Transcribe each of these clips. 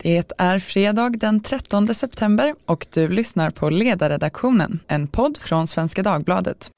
Det är fredag den 13 september och du lyssnar på Ledarredaktionen, en podd från Svenska Dagbladet.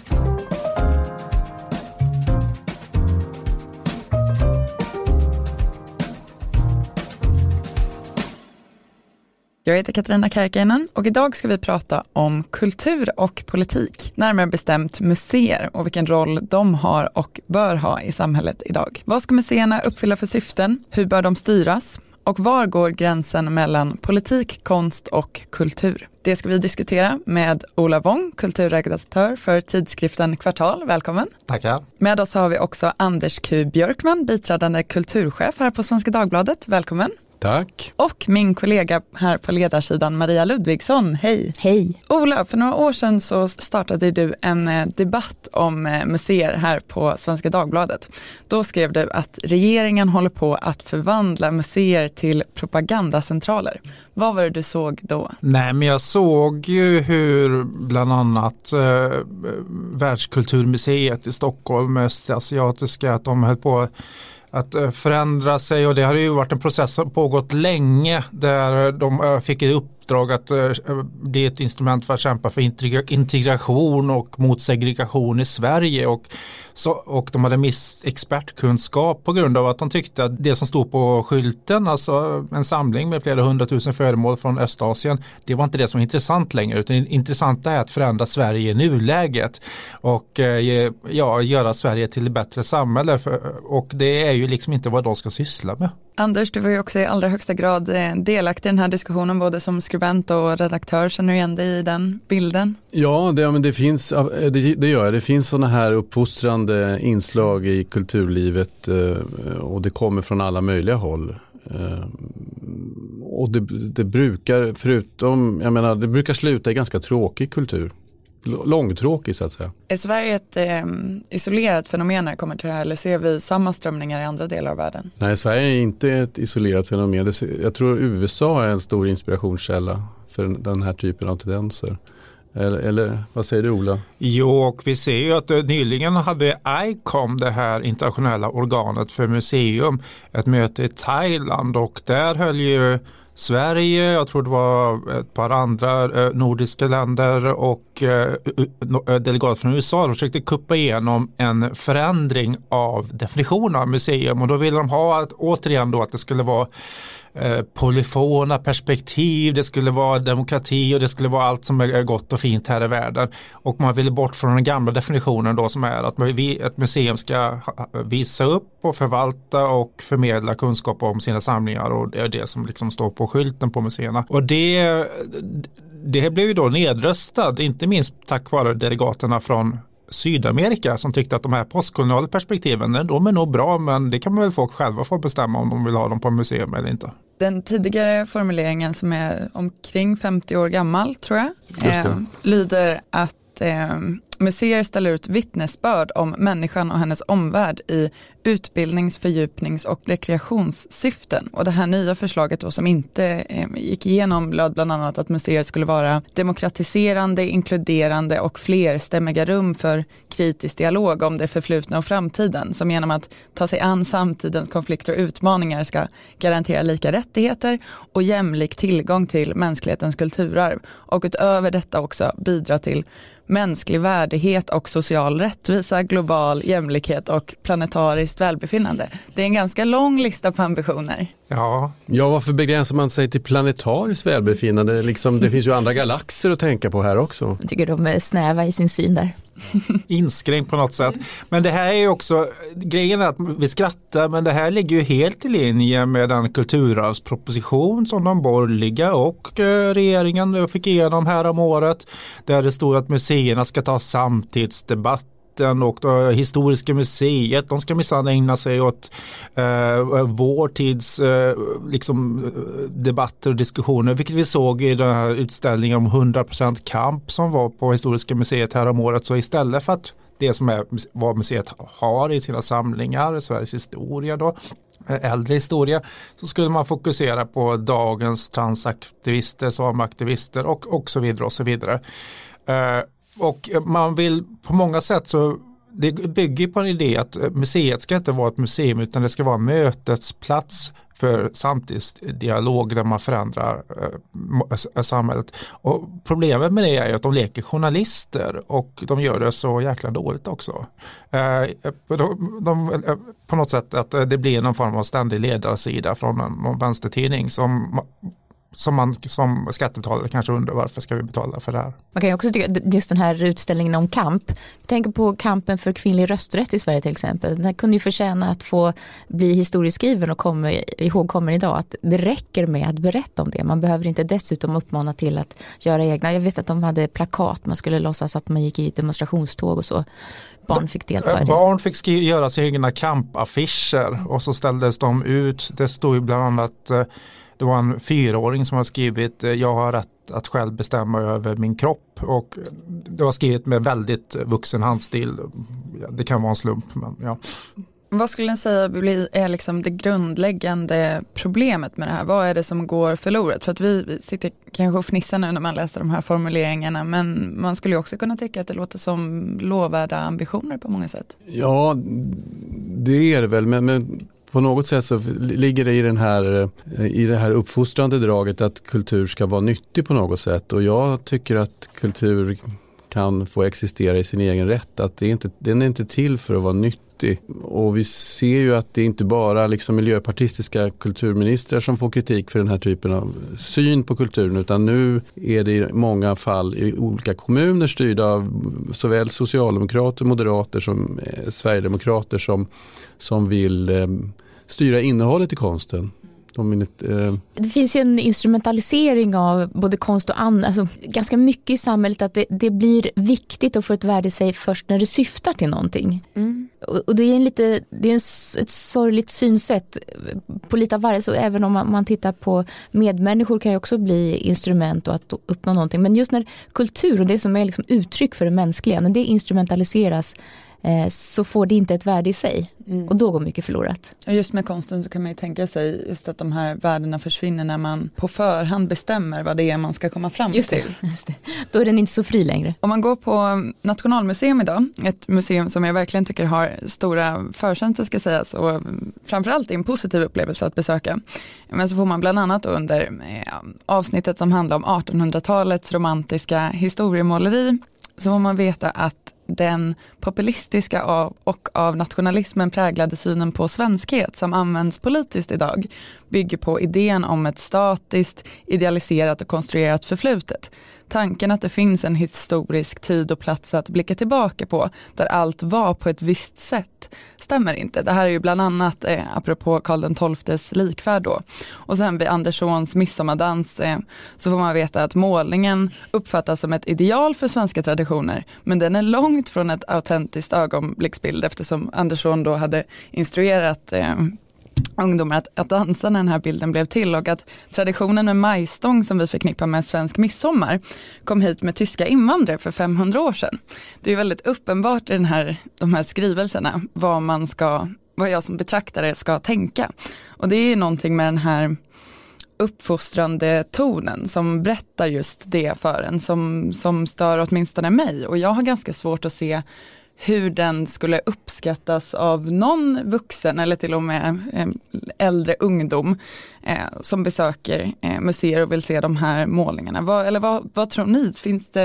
Jag heter Katarina Kärkkäinen och idag ska vi prata om kultur och politik. Närmare bestämt museer och vilken roll de har och bör ha i samhället idag. Vad ska museerna uppfylla för syften? Hur bör de styras? Och var går gränsen mellan politik, konst och kultur? Det ska vi diskutera med Ola Wong, kulturredaktör för tidskriften Kvartal. Välkommen. Tackar. Med oss har vi också Anders Q. Björkman, biträdande kulturchef här på Svenska Dagbladet. Välkommen. Tack. Och min kollega här på ledarsidan, Maria Ludvigsson. Hej. Hej. Ola, för några år sedan så startade du en debatt om museer här på Svenska Dagbladet. Då skrev du att regeringen håller på att förvandla museer till propagandacentraler. Vad var det du såg då? Nej, men jag såg ju hur bland annat Världskulturmuseet i Stockholm, Östasiatiska, att de höll på att förändra sig, och det har ju varit en process som pågått länge där de fick ett uppdrag att det är ett instrument för att kämpa för integration och mot segregation i Sverige, och de hade mist expertkunskap på grund av att de tyckte att det som stod på skylten, alltså en samling med flera 100 000 föremål från Östasien, det var inte det som var intressant längre, utan det intressanta är att förändra Sverige i nuläget och göra Sverige till ett bättre samhälle, och det är ju liksom inte vad de ska syssla med. Anders, du var ju också i allra högsta grad delaktig i den här diskussionen, både som skribent och redaktör. Känner du igen dig i den bilden? Ja, det finns, det gör jag. Det finns sådana här uppfostrande inslag i kulturlivet och det kommer från alla möjliga håll. Och det brukar, förutom, jag menar, det brukar sluta i ganska tråkig kultur. Långtråkig så att säga. Är Sverige ett isolerat fenomen när det kommer till det här, eller ser vi samma strömningar i andra delar av världen? Nej, Sverige är inte ett isolerat fenomen. Jag tror USA är en stor inspirationskälla för den här typen av tendenser. Eller vad säger du, Ola? Jo, och vi ser ju att nyligen hade ICOM, det här internationella organet för museum, ett möte i Thailand, och där höll ju Sverige, jag tror det var ett par andra nordiska länder och delegat från USA, de försökte kuppa igenom en förändring av definitionen av museum, och då ville de ha återigen då att det skulle vara polyfona perspektiv, det skulle vara demokrati och det skulle vara allt som är gott och fint här i världen, och man ville bort från den gamla definitionen då, som är att ett museum ska visa upp och förvalta och förmedla kunskap om sina samlingar, och det är det som liksom står på skylten på museerna, och det blev ju då nedröstad, inte minst tack vare delegaterna från Sydamerika som tyckte att de här postkoloniala perspektiven, de är nog bra, men det kan man väl folk själva få bestämma om de vill ha dem på museum eller inte. Den tidigare formuleringen, som är omkring 50 år gammal tror jag, lyder att museer ställer ut vittnesbörd om människan och hennes omvärld i utbildnings-, fördjupnings- och rekreationssyften. Och det här nya förslaget då, som inte gick igenom, löd bland annat att museer skulle vara demokratiserande, inkluderande och flerstämmiga rum för kritisk dialog om det förflutna och framtiden, som genom att ta sig an samtidens konflikter och utmaningar ska garantera lika rättigheter och jämlik tillgång till mänsklighetens kulturarv, och utöver detta också bidra till mänsklig värdighet och social rättvisa, global jämlikhet och planetariskt välbefinnande. Det är en ganska lång lista på ambitioner. Ja, varför begränsar man sig till planetariskt välbefinnande? Liksom, det finns ju andra galaxer att tänka på här också. Jag tycker de är snäva i sin syn där. Inskränkt på något sätt. Men det här är ju också, grejen är att vi skrattar, men det här ligger ju helt i linje med den kulturarvsproposition som de borgerliga och regeringen fick igenom här om året, där det stod att museerna ska ta samtidsdebatt, och det historiska museet, de ska minsann ägna sig åt vår tids debatter och diskussioner, vilket vi såg i den här utställningen om 100% kamp som var på historiska museet här om året. Så istället för att det som är vad museet har i sina samlingar, Sveriges historia då, äldre historia, så skulle man fokusera på dagens transaktivister, samaktivister och så vidare och så vidare. Och man vill på många sätt, så det bygger på en idé att museet ska inte vara ett museum, utan det ska vara en mötesplats för samtidsdialog där man förändrar samhället. Och problemet med det är att de leker journalister och de gör det så jäkla dåligt också. På något sätt att det blir någon form av ständig ledarsida från någon vänstertidning som man som skattebetalare kanske undrar varför ska vi betala för det här. Man kan ju också tycka just den här utställningen om kamp. Jag tänker på kampen för kvinnlig rösträtt i Sverige till exempel. Den här kunde ju förtjäna att få bli historieskriven och ihågkommen idag. Att det räcker med att berätta om det. Man behöver inte dessutom uppmana till att göra egna. Jag vet att de hade plakat. Man skulle låtsas att man gick i demonstrationståg och så. Barn fick delta i det. Barn fick göra sina egna kampaffischer och så ställdes de ut. Det stod ju bland annat... Det var en 4-åring som har skrivit jag har rätt att själv bestämma över min kropp, och det var skrivet med väldigt vuxen handstil. Det kan vara en slump, men ja. Vad skulle ni säga är liksom det grundläggande problemet med det här? Vad är det som går förlorat? För att vi sitter kanske och fnissar nu när man läser de här formuleringarna, men man skulle ju också kunna tycka att det låter som lovvärda ambitioner på många sätt. Ja, det är det väl, men på något sätt så ligger det i det här uppfostrande draget att kultur ska vara nyttig på något sätt. Och jag tycker att kultur kan få existera i sin egen rätt. Att den är inte till för att vara nyttig. Och vi ser ju att det inte bara liksom miljöpartistiska kulturministrar som får kritik för den här typen av syn på kulturen, utan nu är det i många fall i olika kommuner styrda av såväl socialdemokrater, moderater som sverigedemokrater som vill styra innehållet i konsten. Det finns ju en instrumentalisering av både konst och annat, alltså ganska mycket i samhället, att det blir viktigt att få ett värde i sig först när det syftar till någonting. Och det är ett sorgligt synsätt på lite av varje, så även om man tittar på medmänniskor kan ju också bli instrument och att uppnå någonting, men just när kultur och det som är liksom uttryck för det mänskliga, när det instrumentaliseras så får det inte ett värde i sig. Och då går mycket förlorat. Och just med konsten så kan man ju tänka sig just att de här värdena försvinner när man på förhand bestämmer vad det är man ska komma fram till. Just det. Då är den inte så fri längre. Om man går på Nationalmuseum idag, ett museum som jag verkligen tycker har stora förtjänster ska sägas, och framförallt är en positiv upplevelse att besöka. Men så får man bland annat under avsnittet som handlar om 1800-talets romantiska historiemåleri, så får man veta att den populistiska och av nationalismen präglade synen på svenskhet som används politiskt idag bygger på idén om ett statiskt, idealiserat och konstruerat förflutet. Tanken att det finns en historisk tid och plats att blicka tillbaka på där allt var på ett visst sätt stämmer inte. Det här är ju bland annat apropå Karl XII:s likfärd då. Och sen vid Anderssons midsommardans så får man veta att målningen uppfattas som ett ideal för svenska traditioner, men den är långt från ett autentiskt ögonblicksbild, eftersom Andersson då hade instruerat ungdomar att dansa när den här bilden blev till, och att traditionen med majstång som vi förknippar med svensk midsommar kom hit med tyska invandrare för 500 år sedan. Det är väldigt uppenbart i de här skrivelserna vad jag som betraktare ska tänka. Och det är någonting med den här uppfostrande tonen som berättar just det för en, som stör åtminstone mig. Och jag har ganska svårt att se hur den skulle uppskattas av någon vuxen eller till och med äldre ungdom som besöker museer och vill se de här målningarna. Vad tror ni?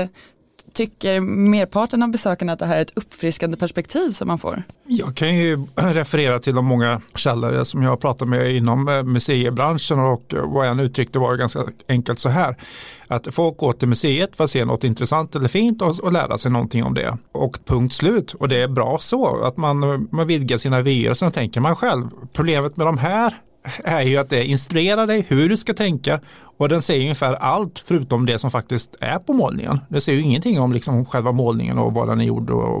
Tycker merparten av besökarna att det här är ett uppfriskande perspektiv som man får? Jag kan ju referera till de många källor som jag har pratat med inom museibranschen, och vad jag uttryckte var ganska enkelt så här. Att folk går till museet för att se något intressant eller fint och lära sig någonting om det. Och punkt slut. Och det är bra så att man vidgar sina vyer och sen tänker man själv. Problemet med de här är ju att det instruerar dig hur du ska tänka, och den säger ungefär allt förutom det som faktiskt är på målningen. Det säger ju ingenting om liksom själva målningen och vad den är gjord och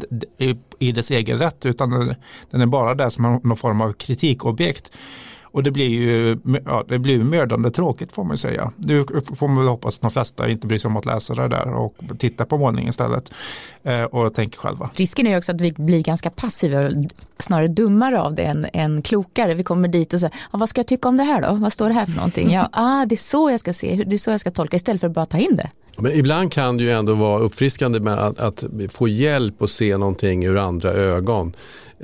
i dess egen rätt, utan den är bara där som någon form av kritikobjekt. Och det blir ju mördande tråkigt får man säga. Nu får man väl hoppas att de flesta inte bryr sig om att läsa det där och titta på målningen istället och tänka själva. Risken är ju också att vi blir ganska passiva och snarare dummare av det än klokare. Vi kommer dit och säger, vad ska jag tycka om det här då? Vad står det här för någonting? Det är så jag ska se, det är så jag ska tolka, istället för att bara ta in det. Men ibland kan det ju ändå vara uppfriskande med att få hjälp och se någonting ur andra ögon.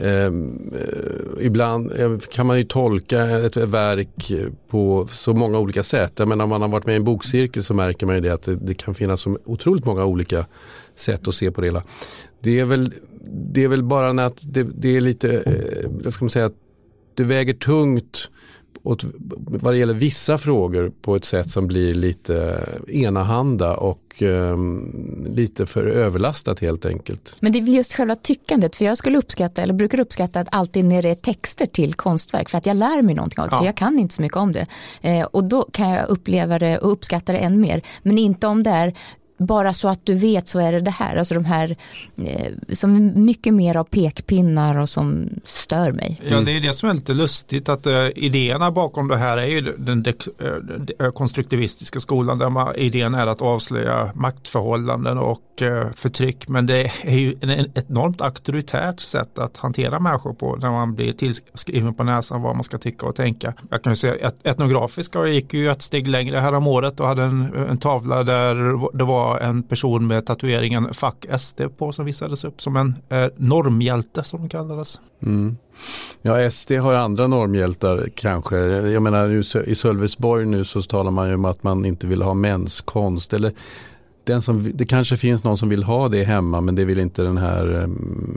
Ibland kan man ju tolka ett verk på så många olika sätt. Jag menar, om man har varit med i en bokcirkel så märker man ju det att det kan finnas så otroligt många olika sätt att se på det hela. Det är väl bara att det är lite, vad ska man säga, att det väger tungt vad det gäller vissa frågor på ett sätt som blir lite enahanda och lite för överlastat helt enkelt. Men det är väl just själva tyckandet, för jag skulle uppskatta, eller brukar uppskatta att alltid när det är texter till konstverk, för att jag lär mig någonting av det, för jag kan inte så mycket om det. Och då kan jag uppleva det och uppskatta det än mer. Men inte om det är bara så att du vet så är det här. Alltså de här som mycket mer av pekpinnar och som stör mig. Ja, det är det som är lite lustigt att idéerna bakom det här är ju den konstruktivistiska skolan där idén är att avslöja maktförhållanden och förtryck. Men det är ju ett enormt auktoritärt sätt att hantera människor på när man blir tillskriven på näsan vad man ska tycka och tänka. Jag kan ju säga att Etnografiska gick ju ett steg längre här om året och hade en tavla där det var en person med tatueringen Fuck SD på som visades upp som en normhjälte som de kallades. Mm. Ja, SD har ju andra normhjältar kanske. Jag menar i Sölvesborg nu så talar man ju om att man inte vill ha mänskonst eller det kanske finns någon som vill ha det hemma men det vill inte den här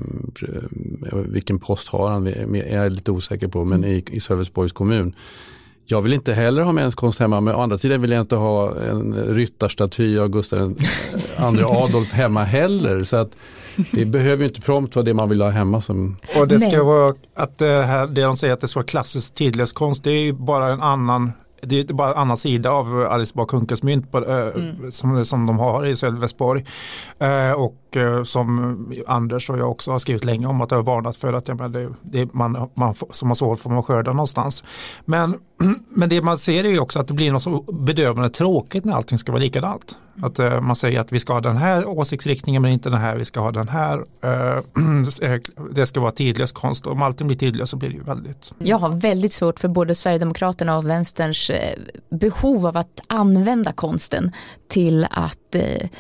vilken post har han, jag är lite osäker på, men i Sölvesborgs kommun. Jag vill inte heller ha mänskonst hemma, men å andra sidan vill jag inte ha en ryttarstaty av Gustav II Adolf hemma heller. Så att det behöver ju inte prompt vara det man vill ha hemma. Och det ska vara att det de säger att det ska vara klassisk tidlös konst, det är ju bara en annan sida av Alice Bah Kuhnkes mynt som de har i Sölvesborg. Och som Anders och jag också har skrivit länge om att det har varnat för att som man sår får man skörda någonstans. Men det man ser är ju också att det blir något så bedövande tråkigt när allting ska vara likadant. Att man säger att vi ska ha den här åsiktsriktningen men inte den här, vi ska ha den här. Det ska vara tidlös konst och om allting blir tidlös så blir det ju väldigt... Jag har väldigt svårt för både Sverigedemokraterna och Vänsterns behov av att använda konsten till att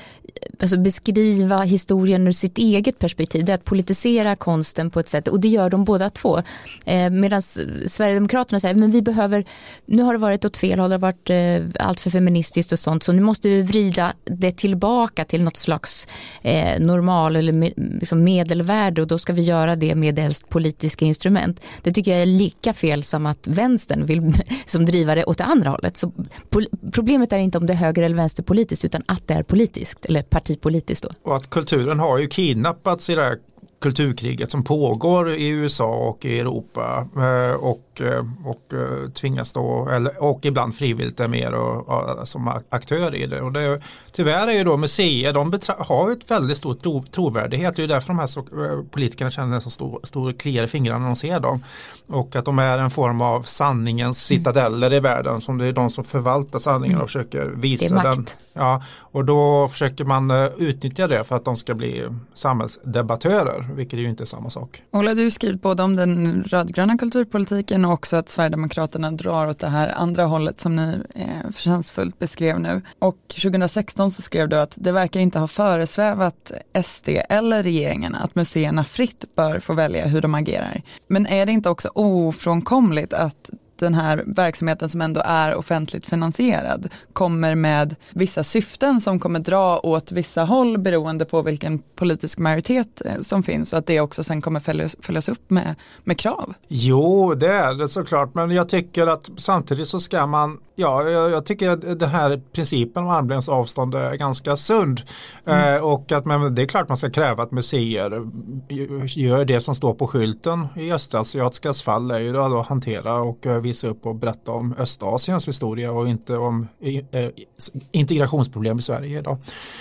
beskriva historien ur sitt eget perspektiv. Det är att politisera konsten på ett sätt, och det gör de båda två. Medan Sverigedemokraterna säger, men vi behöver, nu har det varit åt fel håll, det har varit allt för feministiskt och sånt, så nu måste vi vrida det tillbaka till något slags normal eller liksom medelvärde, och då ska vi göra det med helst politiska instrument. Det tycker jag är lika fel som att vänstern vill som driva det åt det andra hållet. Så problemet är inte om det är höger eller vänster politiskt, utan att det är politiskt eller partipolitiskt då. Och att kulturen har ju kidnappats i det här kulturkriget som pågår i USA och i Europa och tvingas då, och ibland frivilligt är mer som aktör i det. Och det tyvärr är ju då museer, de har ju ett väldigt stort trovärdighet. Det är ju därför de här politikerna känner en så stor kliar i fingrarna när de ser dem. Och att de är en form av sanningens citadeller i världen, som det är de som förvaltar sanningen och försöker visa den. Ja, och då försöker man utnyttja det för att de ska bli samhällsdebattörer, vilket är ju inte samma sak. Ola, du har skrivit både om den rödgröna kulturpolitiken och också att Sverigedemokraterna drar åt det här andra hållet som ni förtjänstfullt beskrev nu. Och 2016 så skrev du att det verkar inte ha föresvävat SD eller regeringen att museerna fritt bör få välja hur de agerar. Men är det inte också ofrånkomligt att den här verksamheten som ändå är offentligt finansierad kommer med vissa syften som kommer dra åt vissa håll beroende på vilken politisk majoritet som finns, och att det också sen kommer följas upp med krav? Jo, det är det såklart, men jag tycker att samtidigt så ska man, jag tycker att den här principen om armlängds avstånd är ganska sund. Och att det är klart man ska kräva att museer gör det som står på skylten i östasiatiska fall, är ju att hantera och visa upp och berätta om Östasiens historia och inte om integrationsproblem i Sverige idag.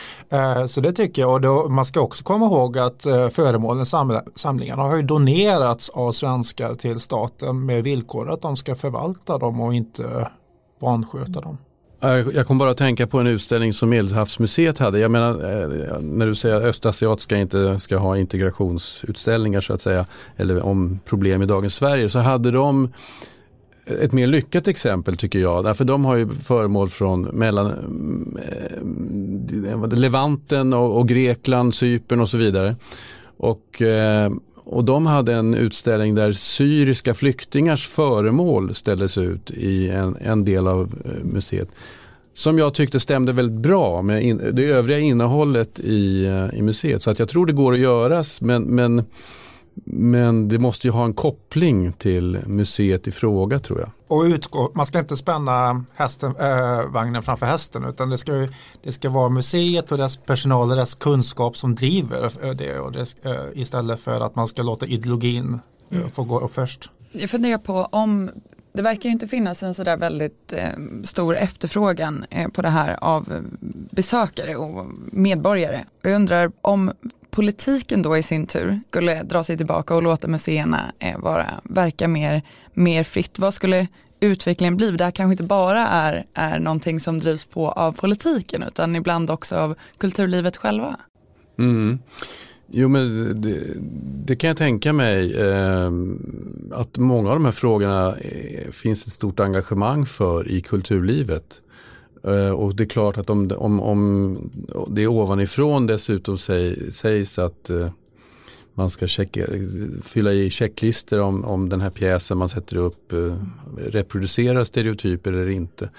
Så det tycker jag, och då, man ska också komma ihåg att föremålen, samlingarna har ju donerats av svenskar till staten med villkor att de ska förvalta dem och inte vansköta dem. Jag kom bara att tänka på en utställning som Medelhavsmuseet hade. Jag menar, när du säger att östasiatiska inte ska ha integrationsutställningar så att säga, eller om problem i dagens Sverige, så hade de ett mer lyckat exempel tycker jag. Därför de har ju föremål från Levanten och Grekland, Cypern och så vidare. Och de hade en utställning där syriska flyktingars föremål ställdes ut i en del av museet. Som jag tyckte stämde väldigt bra med det övriga innehållet i museet. Så att jag tror det går att göras, men det måste ju ha en koppling till museet i fråga, tror jag. Och man ska inte spänna vagnen framför hästen, utan det ska vara museet och dess personal och dess kunskap som driver det, istället för att man ska låta ideologin få gå först. Jag funderar på om det verkar ju inte finnas en sådär väldigt stor efterfrågan på det här av besökare och medborgare. Jag undrar om politiken då i sin tur skulle dra sig tillbaka och låta museerna verka mer fritt. Vad skulle utvecklingen bli? Det här kanske inte bara är någonting som drivs på av politiken, utan ibland också av kulturlivet själva. Mm. Jo, men det kan jag tänka mig att många av de här frågorna finns ett stort engagemang för i kulturlivet. Och det är klart att om det ovanifrån dessutom sägs att man ska fylla i checklister om den här pjäsen man sätter upp reproducerar stereotyper eller inte,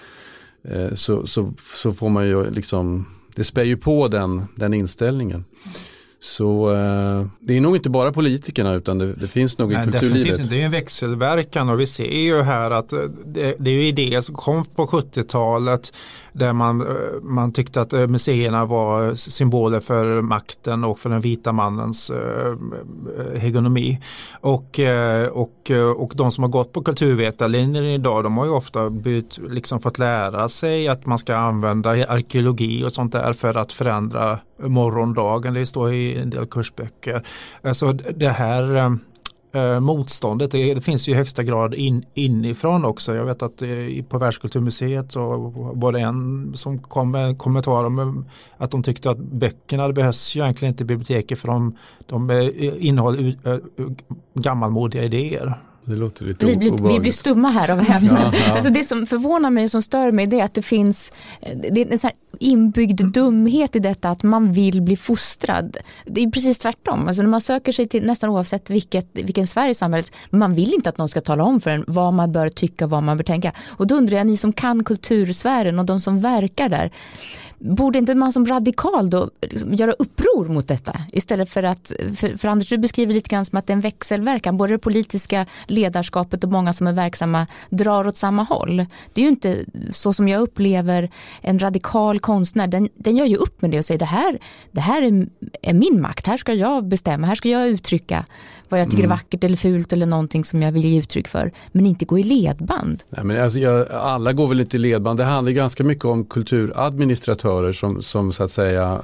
så får man ju liksom, det spär ju på den inställningen. Så det är nog inte bara politikerna, utan det finns nog i kulturlivet. Definitivt, det är en växelverkan, och vi ser ju här att det är ju idéer som kom på 70-talet där man tyckte att museerna var symboler för makten och för den vita mannens hegemoni. Och de som har gått på kulturvetarlinjen idag, de har ju ofta fått lära sig att man ska använda arkeologi och sånt där för att förändra morgondagen. Det står i en del kursböcker. Alltså det här motståndet, det finns ju i högsta grad inifrån också. Jag vet att på Världskulturmuseet så var det en som kom med kommentarer om att de tyckte att böckerna behövs ju egentligen inte i biblioteket, för de innehåller gammalmodiga idéer. Det låter lite vi blir stumma här av häpnad. Alltså det som förvånar mig och som stör mig, det är att det är en sån här inbyggd dumhet i detta att man vill bli fostrad. Det är precis tvärtom. Alltså när man söker sig till nästan oavsett vilken Sverige samhället, man vill inte att någon ska tala om för en vad man bör tycka, vad man bör tänka. Och då undrar jag, ni som kan kultursfären och de som verkar där, borde inte man som radikal då liksom göra uppror mot detta? Istället för att, för Anders, du beskriver lite grann som att det är en växelverkan. Både det politiska ledarskapet och många som är verksamma drar åt samma håll. Det är ju inte så som jag upplever en radikal konstnär. Den gör ju upp med det och säger det här är min makt. Här ska jag bestämma. Här ska jag uttrycka vad jag tycker är vackert eller fult eller någonting som jag vill ge uttryck för. Men inte gå i ledband. Nej, men alltså, alla går väl inte i ledband. Det handlar ganska mycket om kulturadministratörer som så att säga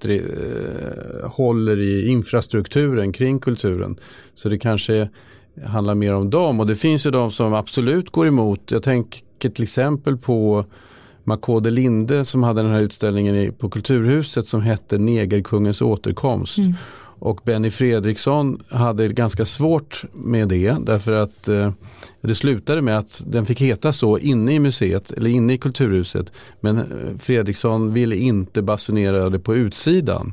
håller i infrastrukturen kring kulturen. Så det kanske handlar mer om dem. Och det finns ju de som absolut går emot. Jag tänker till exempel på Makode Linde som hade den här utställningen på Kulturhuset som hette Negerkungens återkomst. Och Benny Fredriksson hade ganska svårt med det, därför att det slutade med att den fick heta så inne i museet eller inne i Kulturhuset, men Fredriksson ville inte basunera det på utsidan.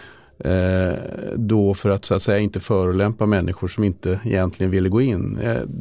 Då för att så att säga inte förolämpa människor som inte egentligen ville gå in.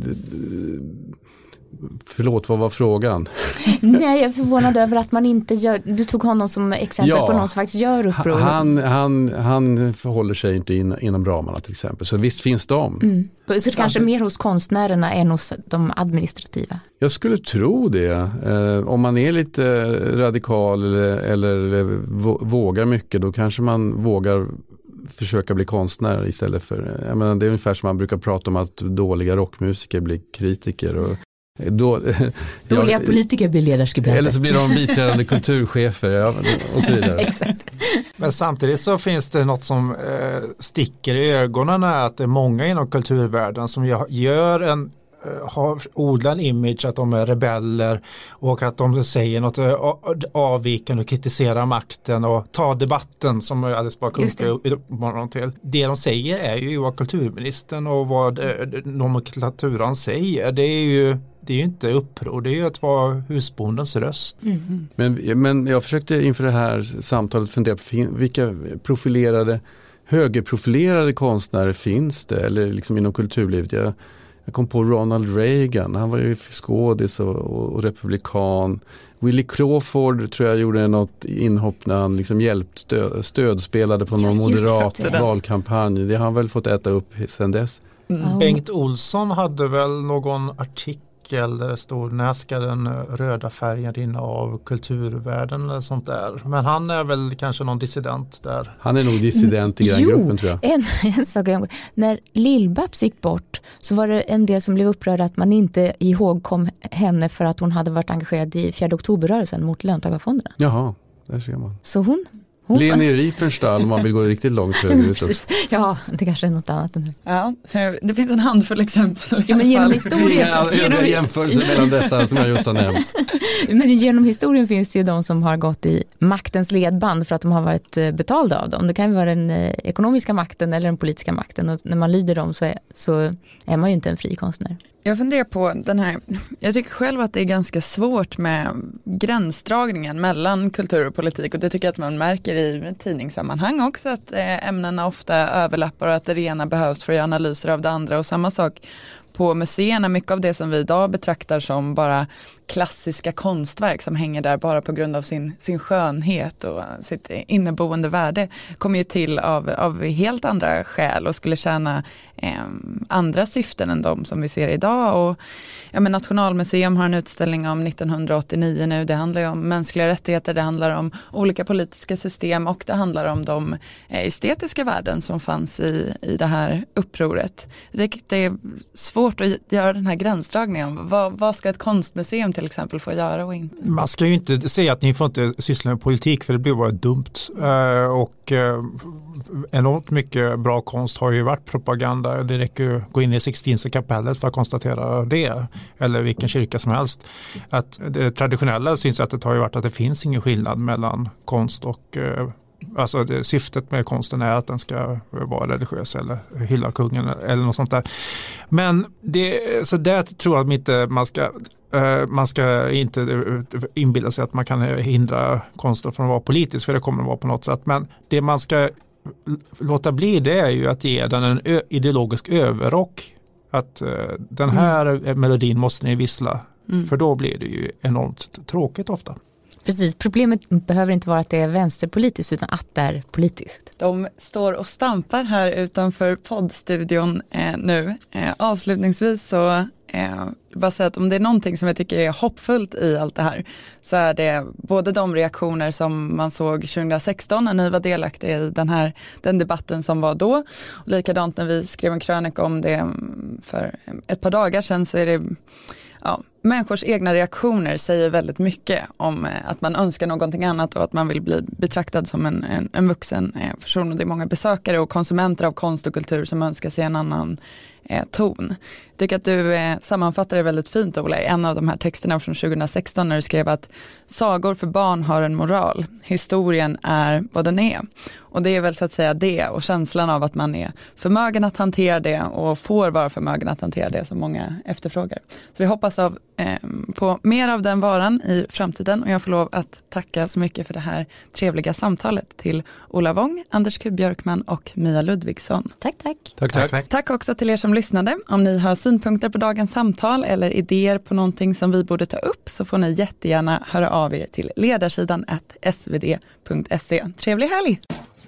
Förlåt, vad var frågan? Nej, jag är förvånad över att man inte gör, du tog honom som exempel på någon som faktiskt gör uppror. Han förhåller sig inte inom ramarna till exempel, så visst finns de. Så kanske mer hos konstnärerna än hos de administrativa? Jag skulle tro det. Om man är lite radikal eller vågar mycket, då kanske man vågar försöka bli konstnär istället för, jag menar, det är ungefär som man brukar prata om att dåliga rockmusiker blir kritiker och dåliga politiker blir ledarskribenter. Eller så blir de biträdande kulturchefer och så vidare. Exakt. Men samtidigt så finns det något som sticker i ögonen, är att det är många inom kulturvärlden som har odlat en image att de är rebeller och att de säger något avvikande och kritiserar makten och tar debatten, som Alice Bah Kuhnke uppmanar till. Det de säger är ju vad kulturministern och vad nomenklaturan säger. Det är ju det är ju inte uppror, det är ju att vara husbondens röst. Men jag försökte inför det här samtalet fundera på vilka högerprofilerade konstnärer finns det, eller liksom inom kulturlivet. Jag kom på Ronald Reagan, han var ju skådis och republikan. Willie Crawford tror jag gjorde något inhopp när han liksom stödspelade på någon moderat valkampanj. Det har han väl fått äta upp sedan dess. Bengt Olsson hade väl någon artikel där det stod när ska den röda färgen rinna av kulturvärlden eller sånt där. Men han är väl kanske någon dissident där. Han är nog dissident i den gruppen tror jag. En sak. När Lill-Babs gick bort så var det en del som blev upprörda att man inte ihågkom henne för att hon hade varit engagerad i 4 oktoberrörelsen mot löntagarfonderna. Jaha, där ser man. Så hon Leni Riefenstahl om man vill gå riktigt långt högerut. Ja, det kanske är något annat än det. Ja, det finns en handfull exempel. Ja, men genom historien. Övriga jämförelser mellan dessa som jag just har nämnt. Men genom historien finns det ju de som har gått i maktens ledband för att de har varit betalda av dem. Det kan ju vara den ekonomiska makten eller den politiska makten. Och när man lyder dem så är man ju inte en fri konstnär. Jag funderar på den här, jag tycker själv att det är ganska svårt med gränsdragningen mellan kultur och politik, och det tycker jag att man märker i tidningssammanhang också, att ämnena ofta överlappar och att det ena behövs för att göra analyser av det andra, och samma sak på museerna. Mycket av det som vi idag betraktar som bara klassiska konstverk som hänger där bara på grund av sin skönhet och sitt inneboende värde kommer ju till av helt andra skäl och skulle tjäna andra syften än de som vi ser idag. Och Nationalmuseum har en utställning om 1989 nu. Det handlar ju om mänskliga rättigheter, det handlar om olika politiska system och det handlar om de estetiska värden som fanns i det här upproret. Det är svårt att göra den här gränsdragningen. Vad ska ett konstmuseum till exempel få göra och inte? Man ska ju inte säga att ni får inte syssla med politik, för det blir bara dumt. Och enormt mycket bra konst har ju varit propaganda. Det räcker ju att gå in i Sixtinska kapellet för att konstatera det. Eller vilken kyrka som helst. Att det traditionella synsättet har ju varit att det finns ingen skillnad mellan konst och syftet med konsten är att den ska vara religiös eller hylla kungen eller något sånt där. Men så där tror jag att inte man ska inte inbilla sig att man kan hindra konsten från att vara politisk, för det kommer att vara på något sätt. Men det man ska låta bli, det är ju att ge den en ideologisk överrock. Att den här melodin måste ni vissla. För då blir det ju enormt tråkigt ofta. Precis, problemet behöver inte vara att det är vänsterpolitiskt utan att det är politiskt. De står och stampar här utanför poddstudion nu. Avslutningsvis så bara säga att om det är någonting som jag tycker är hoppfullt i allt det här, så är det både de reaktioner som man såg 2016 när ni var delaktiga i den debatten som var då, och likadant när vi skrev en krönika om det för ett par dagar sedan, så är det människors egna reaktioner säger väldigt mycket om att man önskar någonting annat och att man vill bli betraktad som en vuxen person. Och det är många besökare och konsumenter av konst och kultur som önskar sig en annan ton. Jag tycker att du sammanfattar det väldigt fint, Ola, i en av de här texterna från 2016 när du skrev att sagor för barn har en moral. Historien är vad den är. Och det är väl så att säga det, och känslan av att man är förmögen att hantera det och får vara förmögen att hantera det som många efterfrågar. Så vi hoppas på mer av den varan i framtiden, och jag får lov att tacka så mycket för det här trevliga samtalet till Ola Wong, Anders Q. Björkman och Mia Ludvigsson. Tack. Tack också till er som lyssnade. Om ni har synpunkter på dagens samtal eller idéer på någonting som vi borde ta upp, så får ni jättegärna höra av er till ledarsidan @svd.se. Trevlig helg!